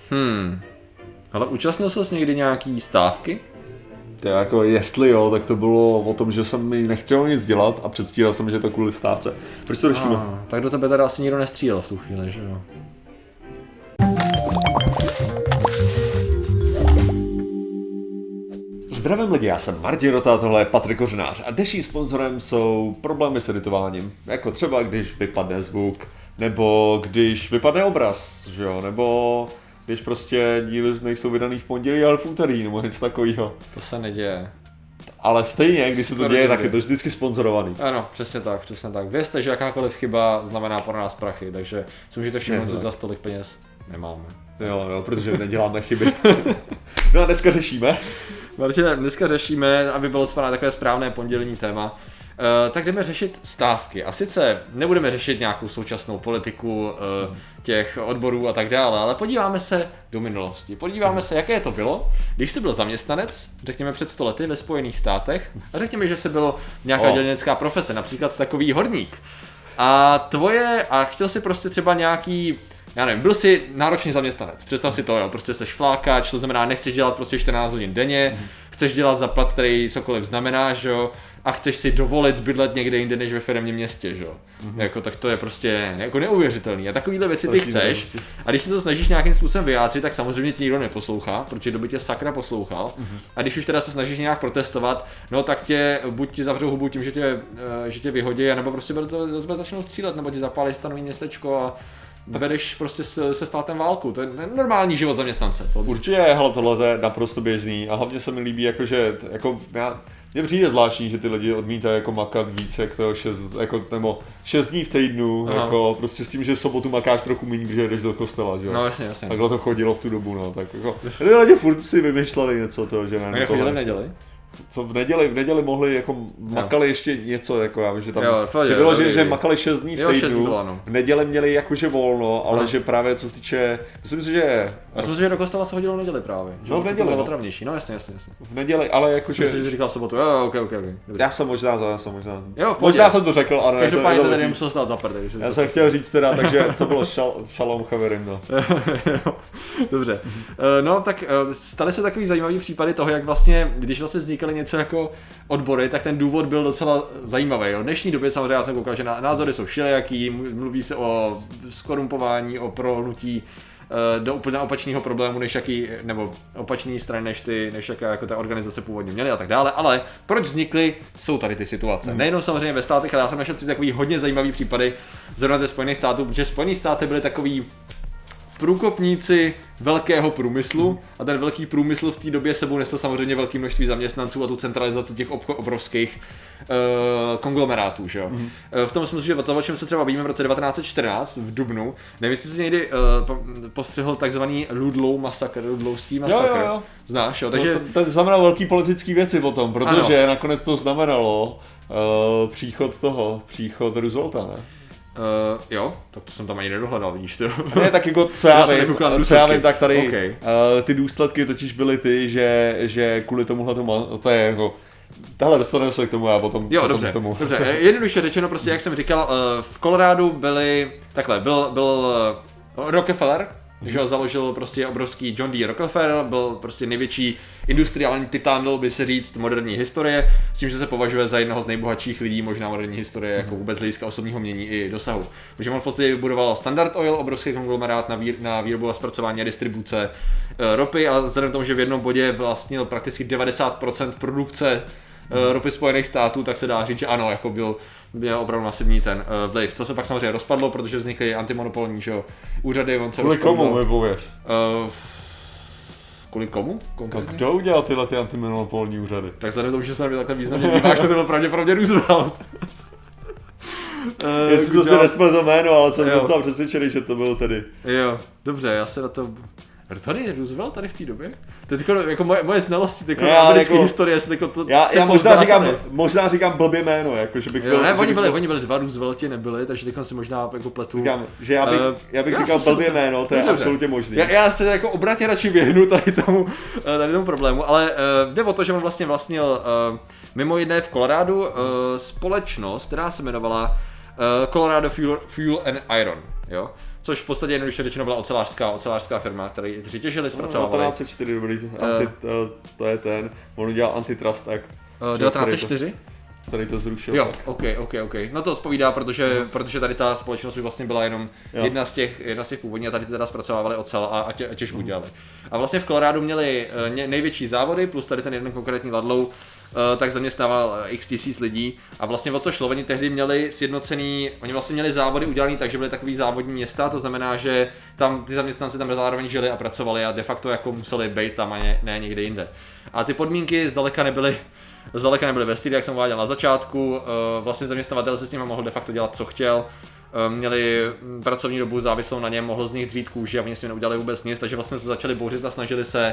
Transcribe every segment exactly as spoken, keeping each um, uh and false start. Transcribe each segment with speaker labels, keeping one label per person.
Speaker 1: Hmm. Ale účastnil ses někdy nějaký stávky?
Speaker 2: To jako jestli jo, tak to bylo o tom, že jsem mi nechtěl nic dělat a předstíral jsem, že je to kvůli stávce. Proč to řešíme?
Speaker 1: Ah, tak do tebe teda asi nikdo nestřílel v tu chvíli, že jo?
Speaker 2: Zdravím lidi, já jsem Martin Rota, tohle je Patrik Kořenář a dnešním sponzorem jsou problémy s editováním. Jako třeba když vypadne zvuk, nebo když vypadne obraz, že jo, nebo když prostě díly nejsou vydaný v pondělí, ale v úterý, nebo něco takového.
Speaker 1: To se neděje.
Speaker 2: Ale stejně, když se to, to děje, tak je to vždycky sponzorovaný.
Speaker 1: Ano, přesně tak, přesně tak. Vězte, že jakákoliv chyba znamená pro nás prachy, takže si můžete všimnout, že za stolik peněz nemáme.
Speaker 2: Jo, jo, protože neděláme chyby. No a dneska řešíme.
Speaker 1: Martine, dneska řešíme, aby bylo takové správné pondělní téma, Uh, tak jdeme řešit stávky. A sice nebudeme řešit nějakou současnou politiku uh, těch odborů a tak dále, ale podíváme se do minulosti. Podíváme se, jaké to bylo, když jsi byl zaměstnanec, řekněme před sto lety ve Spojených státech, a řekněme, že jsi byl nějaká oh. dělnická profese, například takový horník. A tvoje, a chtěl si prostě třeba nějaký, já nevím, byl jsi náročný zaměstnanec, představ si to, jo, prostě jsi flákač, to znamená, nechceš dělat prostě čtrnáct hodin denně, mm. chceš dělat za plat, který cokoliv znamená, že jo, a chceš si dovolit bydlet někde jinde než ve firemním městě, že jo. Mm-hmm. Jako, tak to je prostě jako neuvěřitelný. A takovýhle věci ty chceš. A když si to snažíš nějakým způsobem vyjádřit, tak samozřejmě ti nikdo neposlouchá, protože doby tě sakra poslouchal. Mm-hmm. A když už teda se snažíš nějak protestovat, no tak tě buď ti zavřou hubu tím, že tě, že tě vyhodí, nebo prostě do tebe začnou střílet, nebo ti zapálí stanový městečko a vedeš prostě se, se státem válku, to je normální život zaměstnance.
Speaker 2: Určitě, hele, tohle je naprosto běžný a hlavně se mi líbí, jakože, jako, já, mě přijde zvláštní, že ty lidi odmítají jako makat více, jak to šest, jako, nebo šest dní v týdnu, aha. jako, prostě s tím, že sobotu makáš trochu méně, protože jdeš do kostela, že jo.
Speaker 1: No jasně, jasně.
Speaker 2: Takhle to chodilo v tu dobu, no, tak jako, ty lidi furt si vymýšleli něco toho, že ne.
Speaker 1: A jak chodili v neděli?
Speaker 2: Co v neděli, v neděli mohli, jako makali jo. ještě něco, jako já vím, že tam,
Speaker 1: jo,
Speaker 2: že bylo, že, že makali šest dní v týdnu,
Speaker 1: bylo, no.
Speaker 2: v neděli měli jakože volno, ale no. že právě co týče, myslím si, že...
Speaker 1: Já si myslím, že do kostela se hodilo v neděli právě, že
Speaker 2: no v neděli,
Speaker 1: to bylo
Speaker 2: no.
Speaker 1: otravnější, no jasně, jasně, jasně.
Speaker 2: V neděli, ale jakože...
Speaker 1: Myslím si, že říkal v sobotu, jo, ok, ok, ok. Dobrý.
Speaker 2: Já jsem možná to, já jsem možná,
Speaker 1: jo,
Speaker 2: možná jsem to řekl, ano.
Speaker 1: Každopádně to tady nemusel stát za prdej.
Speaker 2: Já jsem chtěl říct teda, takže to bylo šal, šalom chaverim, no.
Speaker 1: Dobře, no tak staly se takový zajímavý případy toho, jak vlastně, když vlastně vznikaly něco jako odbory, tak ten důvod byl docela zajímavý. V dnešní době samozřejmě já jsem koukal, že názory jsou všelijaký, mluví se o skorumpování, o prohnutí do úplně opačného problému, než jaký, nebo opačný strany, než ty, než jaká jako ta organizace původně měly a tak dále, ale proč vznikly, jsou tady ty situace. Hmm. Nejenom samozřejmě ve státech, ale já jsem našel tři takový hodně zajímavý případy zrovna ze Spojených států, protože Spojené státy byly takový průkopníci velkého průmyslu a ten velký průmysl v té době sebou nesl samozřejmě velké množství zaměstnanců a tu centralizaci těch obcho- obrovských uh, konglomerátů, že jo. Mm-hmm. Uh, v tom smyslu, že to, o čem se třeba bavíme v roce devatenáct set čtrnáct v dubnu, nevím, jestli jsi někdy uh, postřehl takzvaný Ludlow masakr, Ludlowský masakr.
Speaker 2: Jo, jo, jo.
Speaker 1: Znáš, jo, takže...
Speaker 2: To, to znamená velký politický věci potom, protože ano. nakonec to znamenalo uh, příchod toho, příchod Roosevelta, ne?
Speaker 1: Uh, jo, tak to jsem tam ani nedohledal, vidíš to.
Speaker 2: Ne, tak jako co já, vím, co já vím, tak tady okay. uh, ty důsledky totiž byly ty, že, že kvůli tomuhle tomu, to je jako, tahle dostaneme se k tomu a potom,
Speaker 1: jo,
Speaker 2: potom
Speaker 1: dobře,
Speaker 2: k tomu.
Speaker 1: Dobře, jednoduše řečeno, prostě jak jsem říkal, uh, v Coloradu byly, takhle, byl, byl uh, Rockefeller, že ho založil prostě obrovský John D. Rockefeller, byl prostě největší industriální titán, dalo by se říct, moderní historie, s tím, že se považuje za jednoho z nejbohatších lidí možná moderní historie, jako vůbec z hlediska osobního mění i dosahu. Takže on v podstatě vybudoval Standard Oil, obrovský konglomerát na, výr- na výrobu a zpracování a distribuce e, ropy a vzhledem k tomu, že v jednom bodě vlastnil prakticky devadesát procent produkce e, ropy Spojených států, tak se dá říct, že ano, jako byl byl opravdu masivní ten uh, vliv. To se pak samozřejmě rozpadlo, protože vznikly antimonopolní, že jo, úřady, on se
Speaker 2: Kvůli komu, mi pověz?
Speaker 1: Uh, kvůli komu?
Speaker 2: Konkrétně? Kdo udělal tyhle ty antimonopolní úřady?
Speaker 1: Tak vzhledem k tomu, že se na mě takhle významně díváš, to bylo pravděpodobně Roosevelt.
Speaker 2: uh, Jestli to si nespletl jméno, ale jsem docela přesvědčený, že to bylo tedy.
Speaker 1: Jo, dobře, já se na to... Tady je Roosevelt tady v té době? To je tyko, jako moje, moje znalosti jako americké jako, historie se to,
Speaker 2: Já, já možná, říkám, možná říkám blbě jméno, jako že bych byl...
Speaker 1: Jo, ne,
Speaker 2: že
Speaker 1: oni,
Speaker 2: bych
Speaker 1: byli,
Speaker 2: byl...
Speaker 1: oni byli dva Roosevelti, nebyli, takže teď si možná jako pletu.
Speaker 2: Říkám, že já bych, uh, já bych já říkal blbě to... jméno, to je dobře. Absolutně možný.
Speaker 1: Já, já se jako obratně radši vyhnu tady tomu, tady tomu problému, ale uh, jde o to, že on vlastně vlastnil uh, mimo jiné v Coloradu uh, společnost, která se jmenovala uh, Colorado Fuel, Fuel and Iron. jo. Což v podstatě jednoduše řečeno byla ocelářská, ocelářská firma, který, kteří těžili, zpracovávali.
Speaker 2: No, devatenáct set čtyři, dobrý, anti, uh, to je ten, on udělal Antitrust Act.
Speaker 1: Uh, devatenáct set čtyři?
Speaker 2: Tady to zrušil.
Speaker 1: Jo, ok, ok, ok. No to odpovídá, protože, no. protože tady ta společnost už vlastně byla jenom jedna z těch, jedna z těch původních a tady ty teda zpracovávali ocel a, a, tě, a těžbu dělali. A vlastně v Coloradu měli uh, největší závody, plus tady ten jeden konkrétní Ludlow, uh, tak zaměstnával x tisíc lidí a vlastně o co šlo, oni tehdy měli sjednocený, oni vlastně měli závody udělaný tak, že byly takový závodní města, to znamená, že tam ty zaměstnanci tam zároveň žili a pracovali a de facto jako museli být tam a ne, ne někde jinde. A ty podmínky zdaleka nebyly Zdaleka nebyly ve stylu, jak jsem uváděl na začátku, vlastně zaměstnavatel si s nimi mohl de facto dělat, co chtěl, měli pracovní dobu závislou na něm, mohl z nich dřít kůži a oni s nimi neudělali vůbec nic, takže vlastně se začali bouřit a snažili se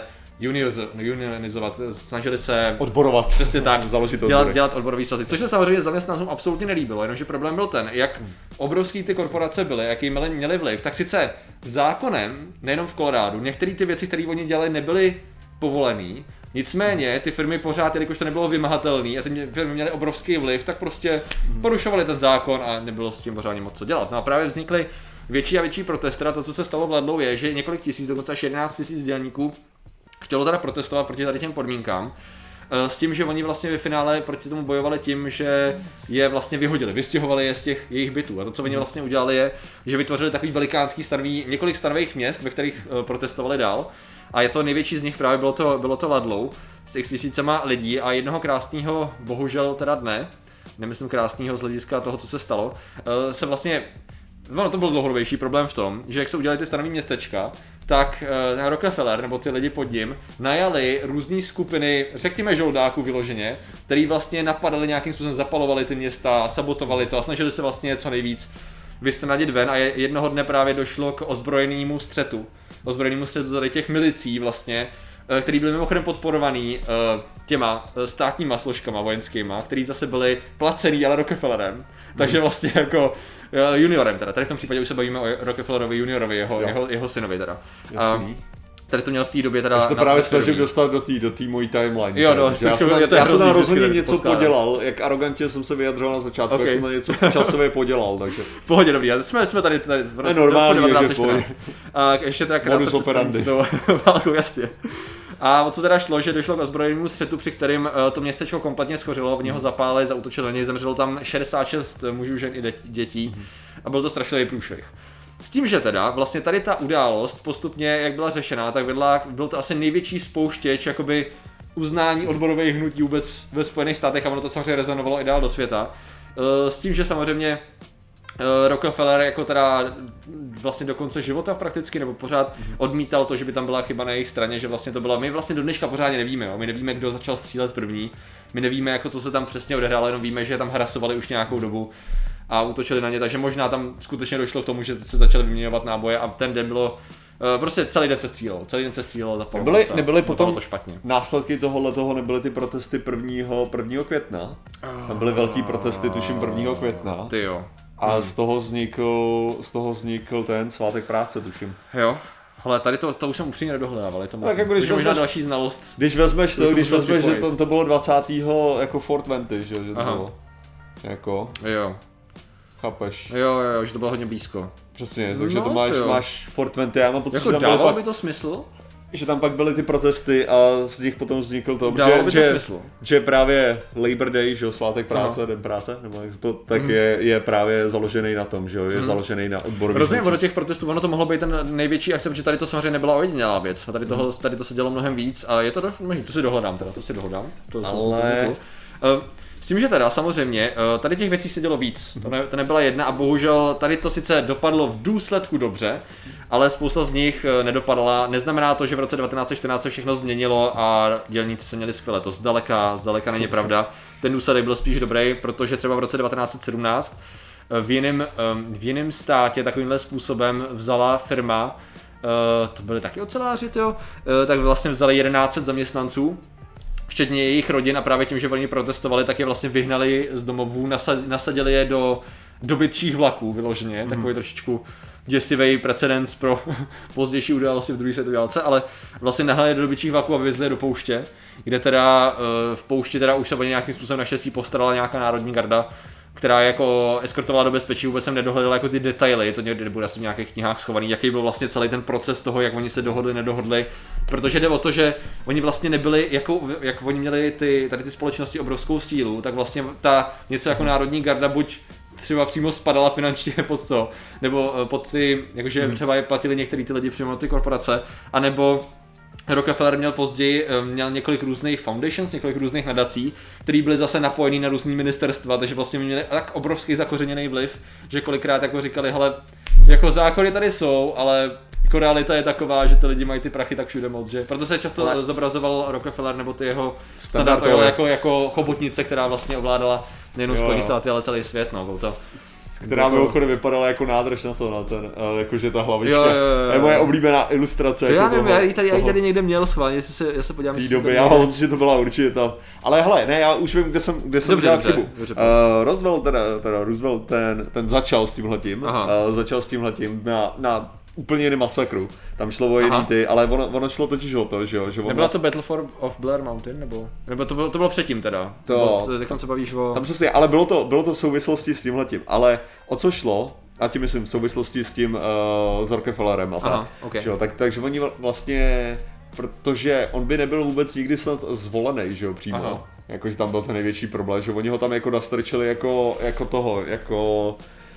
Speaker 1: unionizovat, snažili se
Speaker 2: odborovat,
Speaker 1: přesně tak,
Speaker 2: založit
Speaker 1: dělat, dělat odborový svazy, což se samozřejmě zaměstnancům absolutně nelíbilo, jenomže problém byl ten, jak obrovský ty korporace byly, jaký měli, měli vliv, tak sice zákonem, nejenom v Coloradu, některé ty věci, které oni dělali, nebyly povolený. Nicméně ty firmy pořád, jelikož to nebylo vymahatelné a ty firmy měly obrovský vliv, tak prostě porušovaly ten zákon a nebylo s tím pořádně moc co dělat. No a právě vznikly větší a větší protesty a to, co se stalo v Ludlow, je, že několik tisíc, dokonce až jedenáct tisíc dělníků chtělo teda protestovat proti tady těm podmínkám. S tím, že oni vlastně ve finále proti tomu bojovali tím, že je vlastně vyhodili, vystěhovali je z těch jejich bytů. A to, co oni vlastně udělali, je, že vytvořili takový velikánský stanový, několik stanových měst, ve kterých protestovali dál. A je to největší z nich právě bylo to, bylo to Ludlow s x tisícema lidí a jednoho krásného, bohužel teda dne, nemyslím krásného z hlediska toho, co se stalo, se vlastně, no to byl dlouhodobější problém v tom, že jak se udělali ty stanový městečka, tak uh, Rockefeller nebo ty lidi pod ním najali různé skupiny, řekněme žoldáků vyloženě, který vlastně napadali nějakým způsobem, zapalovali ty města, sabotovali to a snažili se vlastně co nejvíc vystrnadit ven a jednoho dne právě došlo k ozbrojenému střetu. Ozbrojenému střetu tady těch milicí vlastně, který byly mimochodem podporovaný uh, těma státníma složkama vojenskýma, který zase byli placený ale Rockefellerem, mm. takže vlastně jako uh, juniorem teda, tady v tom případě už se bavíme o Rockefellerovi juniorovi, jeho, jeho, jeho synovi teda. Uh, tady to měl v té době teda...
Speaker 2: Já se to právě snažím dostat do té do té mojí timeline.
Speaker 1: Jo, no,
Speaker 2: já jsem, já jsem tam rozhodně něco podělal, jak arrogantně jsem se vyjadřoval na začátku, okay. Jak jsem na něco časově podělal, takže...
Speaker 1: V pohodě, dobrý, jsme, jsme tady... tady
Speaker 2: je normální, že pojď.
Speaker 1: A ještě teda krátce před tou válkou, jasně. A o co teda šlo, že došlo k ozbrojenému střetu, při kterým uh, to městečko kompletně schořilo, v něho zapálili, zaútočili na něj, zemřelo tam šedesát šest mužů, žen i dětí a byl to strašlivý průšvih. S tím, že teda vlastně tady ta událost postupně, jak byla řešená, tak vedla, byl to asi největší spouštěč jakoby uznání odborových hnutí vůbec ve Spojených státech a ono to samozřejmě rezonovalo i dál do světa. Uh, s tím, že samozřejmě Rockefeller jako teda vlastně do konce života prakticky, nebo pořád odmítal to, že by tam byla chyba na jejich straně, že vlastně to byla, my vlastně do dneška pořádně nevíme, jo? My nevíme, kdo začal střílet první, my nevíme, jako co se tam přesně odehrálo, jenom víme, že tam hrasovali už nějakou dobu a útočili na ně, takže možná tam skutečně došlo k tomu, že se začali vyměňovat náboje a ten den bylo, prostě celý den se střílelo, celý den se střílelo,
Speaker 2: nebyly, nebyly potom
Speaker 1: to špatně.
Speaker 2: Následky tohohle toho nebyly ty protesty prvního května, tam byly velký protesty, tuším prvního května.
Speaker 1: Ty jo.
Speaker 2: A hmm. z toho vznikl, z toho vznikl ten svátek práce, tuším.
Speaker 1: Jo. Ale tady to, to už jsem upřímně nedohledával, je to
Speaker 2: tak jako když
Speaker 1: možná další znalost.
Speaker 2: Když vezmeš to, když vezmeš, že to, to bylo dvacátého jako čtyřicátého dvacátého, že, že to Aha. bylo. Jako.
Speaker 1: Jo.
Speaker 2: Chápeš?
Speaker 1: Jo, jo, jo, že to bylo hodně blízko.
Speaker 2: Přesně, takže no, to máš, máš čtyřicátého dvacátého, já mám pocit,
Speaker 1: jako
Speaker 2: že tam
Speaker 1: dávalo
Speaker 2: pak...
Speaker 1: by to smysl?
Speaker 2: Že tam pak byly ty protesty a z nich potom vznikl to,
Speaker 1: že,
Speaker 2: to že, že právě Labor Day, že jo, svátek práce, Aha. den práce, nebo jak to, tak mm. je, je právě založený na tom, že jo, je mm. založený na odborových.
Speaker 1: Rozumím, do těch protestů, ono to mohlo být ten největší akce, protože tady to samozřejmě nebyla ojedinělá věc, a tady, toho, tady to se dělo mnohem víc a je to dost, to si dohledám teda, to si dohledám. To, to,
Speaker 2: Ale...
Speaker 1: To, s tím, že teda samozřejmě, tady těch věcí se dělo víc, to, ne, to nebyla jedna a bohužel tady to sice dopadlo v důsledku dobře, ale spousta z nich nedopadla. Neznamená to, že v roce devatenáct set čtrnáct se všechno změnilo a dělníci se měli skvěle, to zdaleka, zdaleka není pravda. Ten důsledek byl spíš dobrý, protože třeba v roce devatenáct set sedmnáct v jiném, v jiném státě takovýmhle způsobem vzala firma, to byly taky oceláři, jo, tak vlastně vzali jedenáct set zaměstnanců, včetně jejich rodin a právě tím, že oni protestovali, tak je vlastně vyhnali z domovů, nasadili je do dobytčích vlaků vyloženě, mm. takový trošičku děsivý precedens pro pozdější události v druhé světové válce, ale vlastně nahnali je do dobytčích vlaků a vyvezli je do pouště, kde teda v poušti teda už se o nějakým způsobem naštěstí postarala nějaká národní garda, která jako eskortovala do bezpečí, vůbec jsem nedohledal jako ty detaily, to někdy bude asi v nějakých knihách schovaný, jaký byl vlastně celý ten proces toho, jak oni se dohodli, nedohodli, protože jde o to, že oni vlastně nebyli, jako, jak oni měli ty, tady ty společnosti obrovskou sílu, tak vlastně ta něco jako národní garda buď třeba přímo spadala finančně pod to, nebo pod ty, jakože hmm. třeba je platili některý ty lidi přímo ty korporace, anebo Rockefeller měl později měl několik různých foundations, několik různých nadací, které byly zase napojený na různý ministerstva, takže vlastně měli tak obrovský zakořeněný vliv, že kolikrát jako říkali, hele, jako zákony tady jsou, ale jako realita je taková, že ty lidi mají ty prachy tak všude moc, že? Proto se často ale zobrazoval Rockefeller nebo ty jeho Standard Oil jako, jako chobotnice, která vlastně ovládala nejenom Spojené státy, ale celý svět, no, byl to.
Speaker 2: Která mimochodem vypadala jako nádrž na to, na ten, jakože ta hlavička. Jo, jo, jo. Je moje oblíbená ilustrace.
Speaker 1: To
Speaker 2: jako
Speaker 1: já nevím,
Speaker 2: toho,
Speaker 1: já ji tady,
Speaker 2: toho,
Speaker 1: tady někde měl schválně, jestli se, já se podívám,
Speaker 2: jestli doby, já mám pocit, že to byla určitě ta. Ale hele, ne, já už vím, kde jsem, kde jsem
Speaker 1: dobře,
Speaker 2: dělal
Speaker 1: dobře,
Speaker 2: chybu.
Speaker 1: dobře,
Speaker 2: uh, Roosevelt, teda, teda Roosevelt ten, ten začal s tímhletím, uh, začal s tímhletím na, na úplně jiným masakru. Tam šlo o jiný ty, ale ono, ono šlo totiž o to, že jo. Že
Speaker 1: Nebyla to Battle for, of Blair Mountain, nebo? Nebo to bylo, to bylo předtím teda? To, tak se bavíš o...
Speaker 2: Tam přesně, ale bylo to, bylo to v souvislosti s tímhletím, ale o co šlo? A tím myslím v souvislosti s tím uh, s Rockefellerem a tak.
Speaker 1: Aha, okay.
Speaker 2: Že jo, tak, takže oni vlastně, protože on by nebyl vůbec nikdy snad zvolený, že jo, přímo. Aha. Jakože tam byl ten největší problém, že oni ho tam jako nastrčili jako, jako toho, jako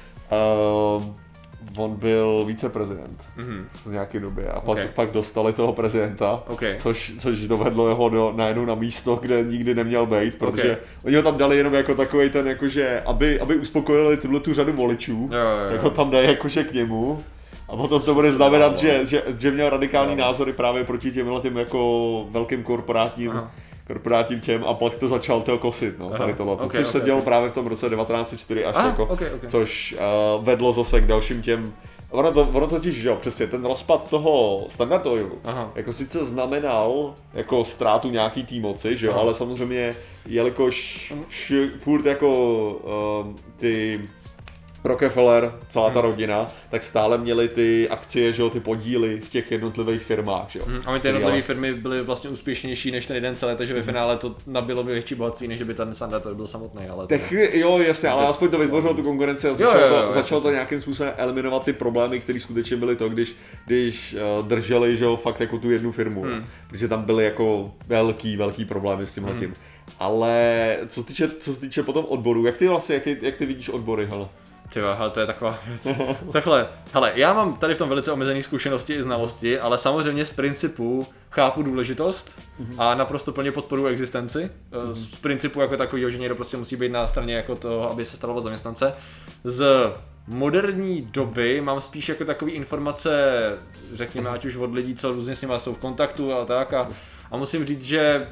Speaker 2: uh, on byl viceprezident mm-hmm. v nějaké době a pak, okay. pak dostali toho prezidenta, okay. což, což dovedlo jeho do, najednou na místo, kde nikdy neměl být, protože okay. oni ho tam dali jenom jako takovej ten, jakože, aby, aby uspokojili tuhle tu řadu voličů, jo, jo, jo. tak ho tam dají jakože k němu a potom to bude znamenat, že, že, že měl radikální no. názory právě proti těmhle těm jako velkým korporátním Aha. korporátním těm a pak to začal toho kosit, no, tady tohleto, okay, což okay, se dělo okay. právě v tom roce devatenáct set čtyři až
Speaker 1: Aha,
Speaker 2: jako,
Speaker 1: okay, okay.
Speaker 2: což uh, vedlo zase k dalším těm, ono, to, ono totiž, jo, přesně, ten rozpad toho Standard Oilu, Aha. jako sice znamenal jako ztrátu nějaký té moci, že jo, Aha. ale samozřejmě, jelikož vš, furt jako uh, ty Rockefeller, celá ta hmm. rodina, tak stále měli ty akcie, že jo, ty podíly v těch jednotlivých firmách, že jo.
Speaker 1: Hmm. A my ty jednotlivé firmy byly vlastně úspěšnější než ten jeden celý, takže ve finále to nabilo větší bohatství, než by ten Standard byl samotný, ale to...
Speaker 2: Tak, jo, jasně, ale aspoň to vytvořilo tu konkurenci a začalo, jo, jo, jo, to, začalo to nějakým způsobem eliminovat ty problémy, které skutečně byly to, když, když uh, drželi, že jo, fakt jako tu jednu firmu, hmm. protože tam byly jako velký, velký problémy s tímhletím. Hmm. Ale co týče, co se týče potom odborů, jak ty vlastně, jak, jak ty vidíš odbory, hele?
Speaker 1: Tyva, hele, to je taková věc. Takhle, hele, já mám tady v tom velice omezené zkušenosti i znalosti, ale samozřejmě z principu chápu důležitost a naprosto plně podporuji existenci. Z principu jako takového, že někdo prostě musí být na straně jako toho, aby se staralo o zaměstnance. Z moderní doby mám spíš jako takové informace, řekněme, ať už od lidí, co různě s nimi jsou v kontaktu a tak. A, a musím říct, že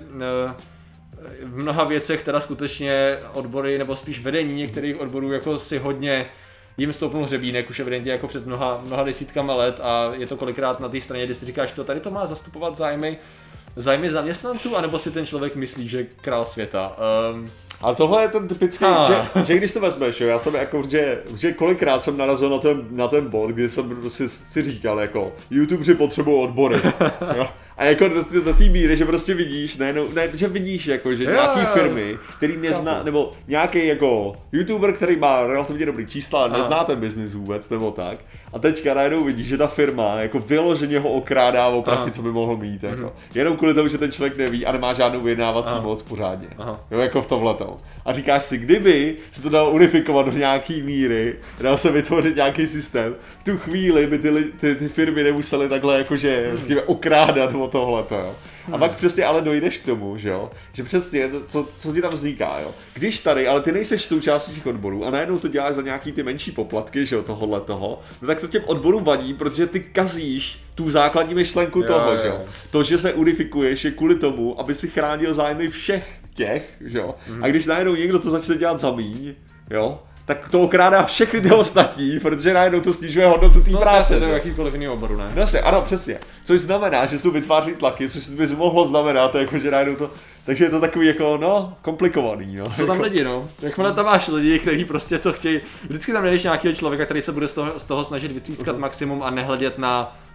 Speaker 1: v mnoha věcech teda skutečně odbory, nebo spíš vedení některých odborů jako si hodně jim stoupnul hřebínek už evidentně jako před mnoha, mnoha desítkama let a je to kolikrát na té straně, kdy si říkáš, to tady to má zastupovat zájmy, zájmy zaměstnanců, anebo si ten člověk myslí, že král světa. Um,
Speaker 2: Ale tohle je ten typický, že, že když to vezmeš, jo, já jsem jako, že, že kolikrát jsem narazil na ten, na ten bod, kdy jsem si, si říkal jako, YouTubeři potřebují odbory, jo. A jako do, do, do té míry, že prostě vidíš, ne, no, ne, že vidíš jako, že nějaký firmy, který nezná, nebo nějaký jako YouTuber, který má relativně dobrý čísla, ale nezná ten biznis vůbec, nebo tak. A teďka najednou vidíš, že ta firma jako vyloženě ho okrádá o prachy, co by mohl mít, jako. Mm-hmm. Jenom kvůli tomu, že ten člověk neví a nemá žádnou vyjednávací Aha. moc pořádně. Aha. Jo, jako v tomhletom. A říkáš si, kdyby se to dalo unifikovat do nějaký míry, dalo se vytvořit nějaký systém, v tu chvíli by ty, ty, ty firmy nemusely takhle jakože mm. okrádat o tohleto, jo. A hmm. pak přesně ale dojdeš k tomu, že jo, že přesně, co, co ti tam vzniká, jo. Když tady, ale ty nejseš součástí těch odborů a najednou to děláš za nějaký ty menší poplatky, že jo, tohohle toho, no tak to těm odborům vadí, protože ty kazíš tu základní myšlenku jo, toho, jo. že jo. To, že se unifikuješ, je kvůli tomu, aby si chránil zájmy všech těch, že jo. Hmm. A když najednou někdo to začne dělat za míň, jo, tak to okrádá všechny ty ostatní, protože najednou to snižuje hodnotu té
Speaker 1: no,
Speaker 2: práce.
Speaker 1: No to je jakýkoliv jiný oboru, ne?
Speaker 2: No se, ano, přesně. Což znamená, že jsou vytváří tlaky, což by mohlo znamenat, jako, že najednou to... Takže je to takový jako, no, komplikovaný, no.
Speaker 1: Jsou tam lidi, no. Jakmile tam máš lidi, kteří prostě to chtějí... Vždycky tam najdeš nějakého člověka, který se bude z toho, z toho snažit vytřískat uh-huh. maximum a nehledět na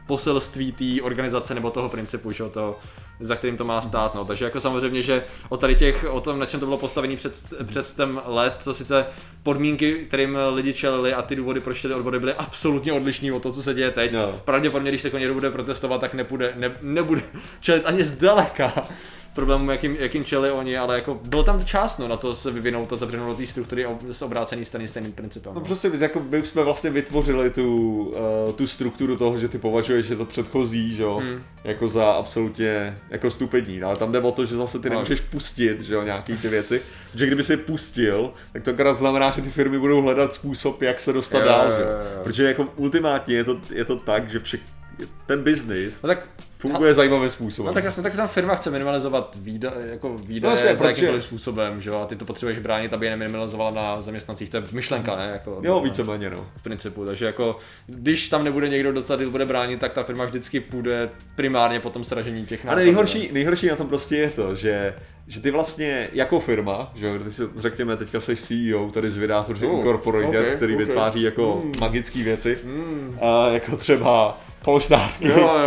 Speaker 1: poselství té organizace nebo toho principu, že to, za kterým to má stát, no. Takže jako samozřejmě, že o tady těch, o tom, na čem to bylo postavený před, před tem let, co sice podmínky, kterým lidi čelili a ty důvody, proč ty odbory byly absolutně odlišný od toho, co se děje teď. No. Pravděpodobně, když teď někdo bude protestovat, tak nebude, ne, nebude čelit ani zdaleka problémům, jakým, jakým čeli oni, ale jako bylo tam čas, no, na to se vyvinout a zavřenou do té struktury s obrácený strany stejným principem.
Speaker 2: No, no prostě jako my už jsme vlastně vytvořili tu, uh, tu strukturu toho, že ty považuješ, že to předchozí, že jo, hmm. jako za absolutně jako stupidní, ale tam jde o to, že zase ty no. nemůžeš pustit, že jo, nějaký ty věci, že kdyby si je pustil, tak to akorát znamená, že ty firmy budou hledat způsob, jak se dostat jo, dál, jo, že jo, protože jako ultimátně je to, je to tak, že všech, ten biznis no tak, funguje a, zajímavým způsobem.
Speaker 1: No tak jasně, tak ta firma chce minimalizovat výdaje, jako výdaje no, za jakýmkoliv způsobem, že jo, a ty to potřebuješ bránit, aby je neminimalizovala na zaměstnancích, to je myšlenka, ne, jako.
Speaker 2: Jo, víceméně, no.
Speaker 1: V principu, takže jako, když tam nebude někdo, kdo tady bude bránit, tak ta firma vždycky půjde primárně po tom sražení těch nákladů.
Speaker 2: A nejhorší, nejhorší na tom prostě je to, že že ty vlastně jako firma, že jo, když si řekněme teďka seš C E O tady z Vydátoři uh, Incorporated, okay, který okay. vytváří jako mm. magické věci, mm. a jako třeba polštářky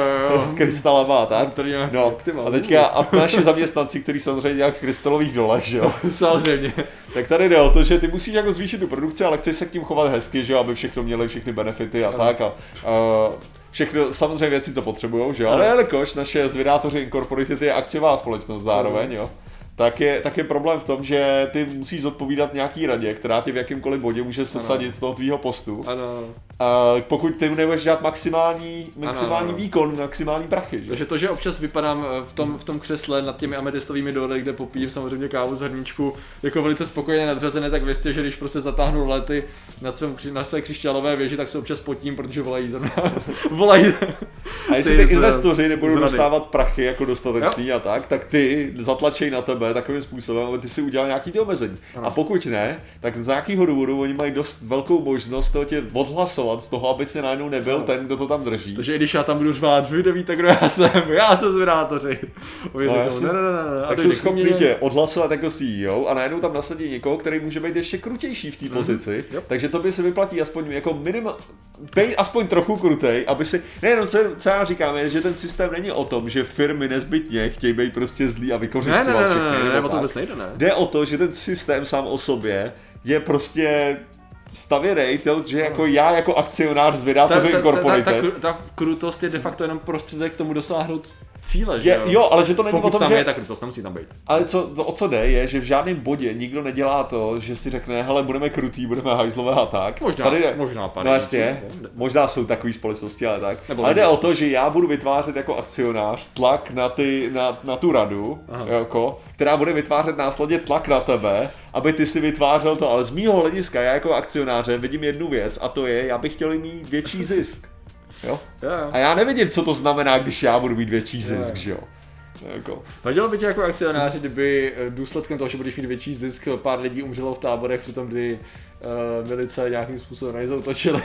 Speaker 2: s krystalama a tak. No, a teďka a naši zaměstnanci, kteří samozřejmě dělají v krystalových dolech, že jo.
Speaker 1: Samozřejmě.
Speaker 2: Tak tady jde o to, že ty musíš jako zvýšit tu produkci, ale chceš se k tím chovat hezky, že jo, aby všechno měli všechny benefity a tak a, a všechno samozřejmě věci, co potřebujou, že jo. Ale jelikož naše z Vydátoři Incorporated je akciová společnost zároveň, jo. Tak je, tak je problém v tom, že ty musíš zodpovídat nějaký radě, která tě v jakýmkoliv bodě může sesadit z toho tvýho postu.
Speaker 1: Ano.
Speaker 2: A pokud ty nebudeš dělat maximální, maximální ano. výkon, maximální prachy. Že?
Speaker 1: Takže to, že občas vypadám v tom, v tom křesle nad těmi ametistovými doly, kde popijím samozřejmě kávu z hrníčku, jako velice spokojeně nadřazené, tak vězte, že když prostě zatáhnu lety na, svém, na své křišťálové věži, tak se občas potím, protože volají za mě. volají.
Speaker 2: A jestli ty investoři nebudou dostávat prachy jako dostatečný jo. a tak, tak ty zatlačej na tebe takovým způsobem, aby ty si udělal nějaký ty omezení. Ano. A pokud ne, tak z nějakého důvodu oni mají dost velkou možnost toho tě odhlasovat z toho, aby se najednou nebyl ano. ten, kdo to tam drží.
Speaker 1: Takže i když já tam budu řvát, vy nevíte, kdo já jsem, já jsem z Vydátoři.
Speaker 2: No, ne, ne, ne, ne. Tak jsou schopni mě... tě odhlasovat jako C E O a najednou tam nasadí někoho, který může být ještě krutější v té pozici. Mm-hmm. Takže to by se vyplatí aspoň jako minimum, být aspoň trochu krutej, aby si, nejenom co, co já říkám, je, že ten systém není o tom, že firmy nezbytně chtějí být prostě zlí a vykořisťovat
Speaker 1: ne, ne, ne,
Speaker 2: všechny.
Speaker 1: Ne, ne, ne, ne, to vůbec nejde, ne?
Speaker 2: Jde o to, že ten systém sám o sobě je prostě stavěnej, že jako já jako akcionář z Vydátoři Incorporated.
Speaker 1: Ta, ta, ta, ta, ta krutost je de facto jenom prostředek k tomu dosáhnout cíle, že
Speaker 2: je, jo? ale že to není
Speaker 1: Pokud
Speaker 2: o tom,
Speaker 1: tam
Speaker 2: že...
Speaker 1: je, tak krutost nemusí tam být.
Speaker 2: Ale co, to, o co jde, je, že v žádném bodě nikdo nedělá to, že si řekne, hele, budeme krutý, budeme hajzlové a tak.
Speaker 1: Možná,
Speaker 2: Tady jde,
Speaker 1: možná pár.
Speaker 2: No jasně, možná jsou takové společnosti, ale tak. Nebo ale jde o to, že já budu vytvářet jako akcionář tlak na, ty, na, na tu radu, jako, která bude vytvářet následně tlak na tebe, aby ty si vytvářel to, ale z mýho hlediska, já jako akcionáře vidím jednu věc a to je, já bych chtěl mít větší zisk. Jo?
Speaker 1: Jo, jo.
Speaker 2: A já nevidím, co to znamená, když já budu mít větší zisk, jo. že jo.
Speaker 1: Jako. Vadilo by tě jako akcionáři, kdyby důsledkem toho, že budeš mít větší zisk, pár lidí umřelo v táborech, přitom kdy uh, milice nějakým způsobem nejzautočili.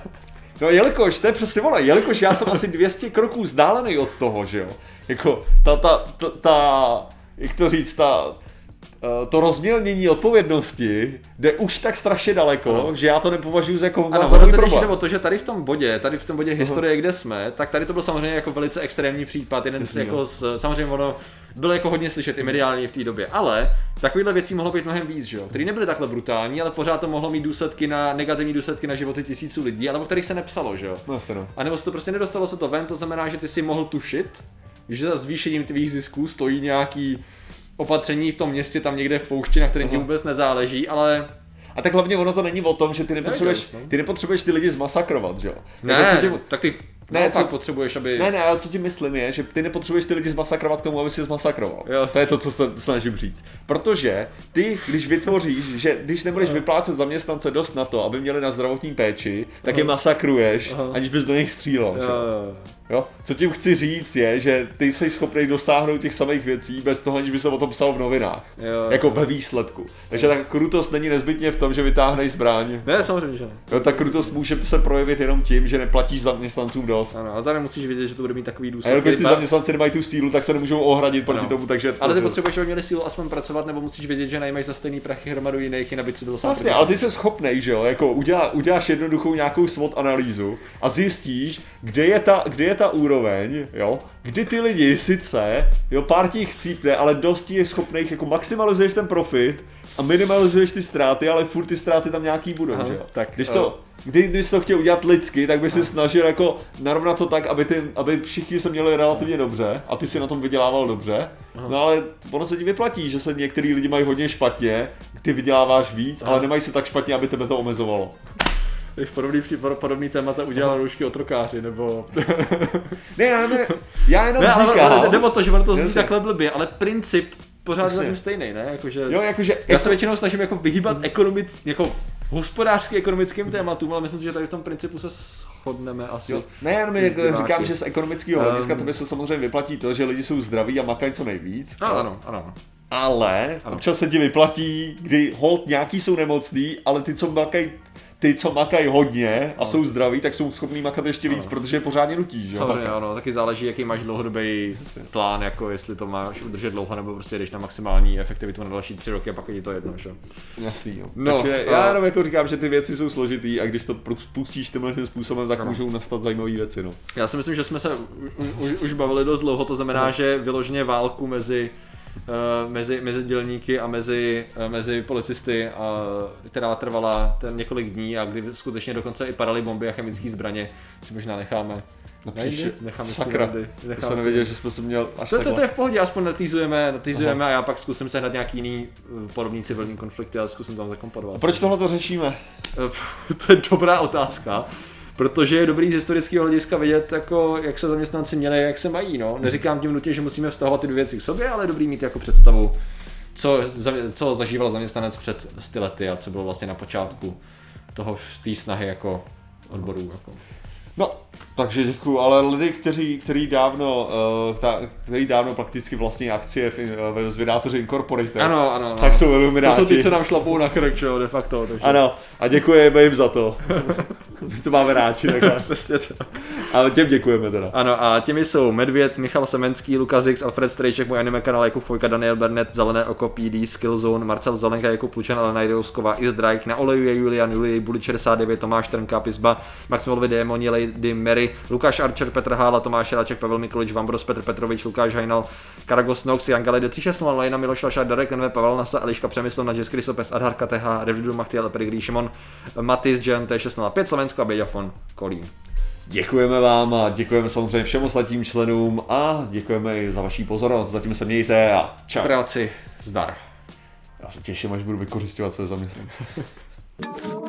Speaker 2: No jelikož, to je přesně ono, jelikož já jsem asi dvě stě kroků vzdálený od toho, že jo. Jako ta, ta, ta, ta jak to říct, ta... to rozmělnění odpovědnosti jde už tak strašně daleko, ano. že já to nepovažuji za jako
Speaker 1: ano,
Speaker 2: velký
Speaker 1: problém. Ano, to, že tady v tom bodě, tady v tom bodě historie, kde jsme, tak tady to byl samozřejmě jako velice extrémní případ, jeden z, jako z, samozřejmě ono bylo jako hodně slyšet i mediálně v té době, ale takovýhle věcí mohlo být mnohem víc, že jo, které nebyly takhle brutální, ale pořád to mohlo mít důsledky na negativní důsledky na životy tisíců lidí, ale o kterých se nepsalo, že jo.
Speaker 2: No, no.
Speaker 1: A nebo se to prostě nedostalo se to ven, to znamená, že ty si mohl tušit, že za zvýšením tvých zisků stojí nějaký opatření v tom městě tam někde v poušti, na kterém ti vůbec nezáleží, ale...
Speaker 2: A tak hlavně ono to není o tom, že ty nepotřebuješ, ty nepotřebuješ ty lidi zmasakrovat, že jo?
Speaker 1: Ne, jako, tě... tak ty ne, co potřebuješ, aby...
Speaker 2: Ne, ne, ale co tím myslím je, že ty nepotřebuješ ty lidi zmasakrovat k tomu, aby si je zmasakroval. Jo. To je to, co se snažím říct. Protože ty, když vytvoříš, že když nebudeš Aha. vyplácet zaměstnance dost na to, aby měli na zdravotní péči, tak Aha. je masakruješ, Aha. aniž bys do nich střílel, jo. že? Jo? Co tím chci říct je, že ty jsi schopný dosáhnout těch samých věcí bez toho, aniž by se o tom psal v novinách. Jo. Jako ve výsledku. Takže ta krutost není nezbytně v tom, že vytáhneš zbraň.
Speaker 1: Ne, samozřejmě, že ne.
Speaker 2: Jo, ta krutost může se projevit jenom tím, že neplatíš zaměstnancům dost.
Speaker 1: Ano, a zároveň musíš vědět, že to bude mít takový důsledek.
Speaker 2: A jelikož ty zaměstnanci nemají tu sílu, tak se nemůžou ohradit proti ano. tomu, takže...
Speaker 1: Ale ty potřebuješ, aby měli sílu aspoň pracovat, nebo musíš vědět, že najímaš za stejný prachy hromadu jiných, aby si byl sám.
Speaker 2: Vlastně, ale ty jsi schopnej, že jo, jako udělá, uděláš jednoduchou nějakou SWOT analýzu a zjistíš, kde je ta, kde je ta úroveň, jo, kdy ty lidi sice, jo, pár těch chcípne, ale dost je schopných, jako maximalizuješ ten profit a minimalizuješ ty ztráty, ale furt ty ztráty tam nějaký budou,
Speaker 1: Aha,
Speaker 2: že jo.
Speaker 1: tak,
Speaker 2: Když to, kdy, když to chtěl udělat lidsky, tak by si snažil jako narovnat to tak, aby, ty, aby všichni se měli relativně dobře a ty si na tom vydělával dobře. No ale ono se ti vyplatí, že se některý lidi mají hodně špatně, ty vyděláváš víc, ale nemají se tak špatně, aby tebe to omezovalo.
Speaker 1: V podobný, podobný témata udělal roušky otrokáři, nebo...
Speaker 2: ne, já, ne, já jenom
Speaker 1: ne,
Speaker 2: říkám.
Speaker 1: Ale, nebo to, že ono to zní
Speaker 2: Jasně.
Speaker 1: takhle blbě, ale princip pořád zatím stejný, ne? Jakože,
Speaker 2: jo, jakože,
Speaker 1: já
Speaker 2: jako...
Speaker 1: se většinou snažím jako vyhýbat ekonomic, jako hospodářsky ekonomickým tématům, ale myslím si, že tady v tom principu se shodneme asi.
Speaker 2: Jo. Ne, já jako říkám, že z ekonomického hlediska um, to by se samozřejmě vyplatí to, že lidi jsou zdraví a makají co nejvíc.
Speaker 1: No, ano, ano.
Speaker 2: Ale ano. Občas se ti vyplatí, kdy hold nějaký jsou nemocný, ale ty, co makají ty, co makají hodně a no. jsou zdraví, tak jsou schopní makat ještě víc, no. protože je pořádně nutí, že jo?
Speaker 1: Samozřejmě ano, taky záleží, jaký máš dlouhodobý plán, jako jestli to máš udržet dlouho, nebo prostě jdeš na maximální efektivitu na další tři roky a pak je to jedno, že?
Speaker 2: Jasný, jo. No, takže a... já jenom jako říkám, že ty věci jsou složitý a když to pustíš tímhle tím způsobem, tak ano. můžou nastat zajímavé věci, no.
Speaker 1: Já si myslím, že jsme se už, už bavili dost dlouho, to znamená, no. že vyloženě válku mezi Uh, mezi, mezi dělníky a mezi, uh, mezi policisty, uh, která trvala ten několik dní a kdy skutečně dokonce i padaly bomby a chemické zbraně si možná necháme.
Speaker 2: No příště,
Speaker 1: necháme
Speaker 2: sakra,
Speaker 1: si
Speaker 2: to jsem nevěděl, že jsme se měl až
Speaker 1: to,
Speaker 2: takhle.
Speaker 1: to, to je v pohodě, aspoň natýzujeme, natýzujeme a já pak zkusím sehnat nějaký jiný podobný civilní konflikty a zkusím tam zakomponovat.
Speaker 2: A proč tohle to řešíme?
Speaker 1: To je dobrá otázka. Protože je dobrý z historického hlediska vidět, jako, jak se zaměstnanci měli, jak se mají. No. Neříkám tím nutně, že musíme vztahovat ty dvě věci k sobě, ale je dobrý mít jako představu, co, co zažíval zaměstnanec před sty lety a co bylo vlastně na počátku toho té snahy jako odborů. Jako.
Speaker 2: No, takže děkuju, ale lidi, kteří, kteří dávno, uh, ta, kteří dávno prakticky vlastní akcie ve Zvědátoři Incorporated,
Speaker 1: ano, ano,
Speaker 2: tak jsou ilumináti.
Speaker 1: To jsou ty, co nám šlapou na krk, čo, de facto. Takže...
Speaker 2: Ano, a děkujeme jim za to. My to máme rádi, takhle.
Speaker 1: Přesně to.
Speaker 2: Ale těm děkujeme teda.
Speaker 1: Ano, a těmi jsou Medvěd, Michal Semenský, Lukas X, Alfred Strejček, můj anime kanál, Jakub Chvojka, Daniel Bernet, Zelené oko, P D, Skillzone, Marcel Zelenka, Jakub Plučan, Alena Jdovsková, Izdrajk, na oleju je Julian, Julie, Bulič šedesát devět, Tomáš Trnka, Pizba, Maximovi Démoni, Lady Mary, Lukáš Archer, Petr Hála, Tomáš Ráček, Pavel Mikulič, Vambros, Petr Petrovič, Lukáš Hajnal, Karagos Nox, Jan Galej, tři šest nula, Lejna Miloš Lašár, Darek Nenve, Pavel Nasa, Eliška Přemysl, Nadžes Krysopes, Adharka T H, Revdu Machtiel, Perigrí Šimon, Matis, Jan T šest nula pět, Slovensko a Běďafon, Kolín.
Speaker 2: Děkujeme vám a děkujeme samozřejmě všem ostatním členům a děkujeme i za vaši pozornost. Zatím se mějte a čau.
Speaker 1: Práci, zdar.
Speaker 2: Já se těším, až budu vykořisťovat své zaměstnance.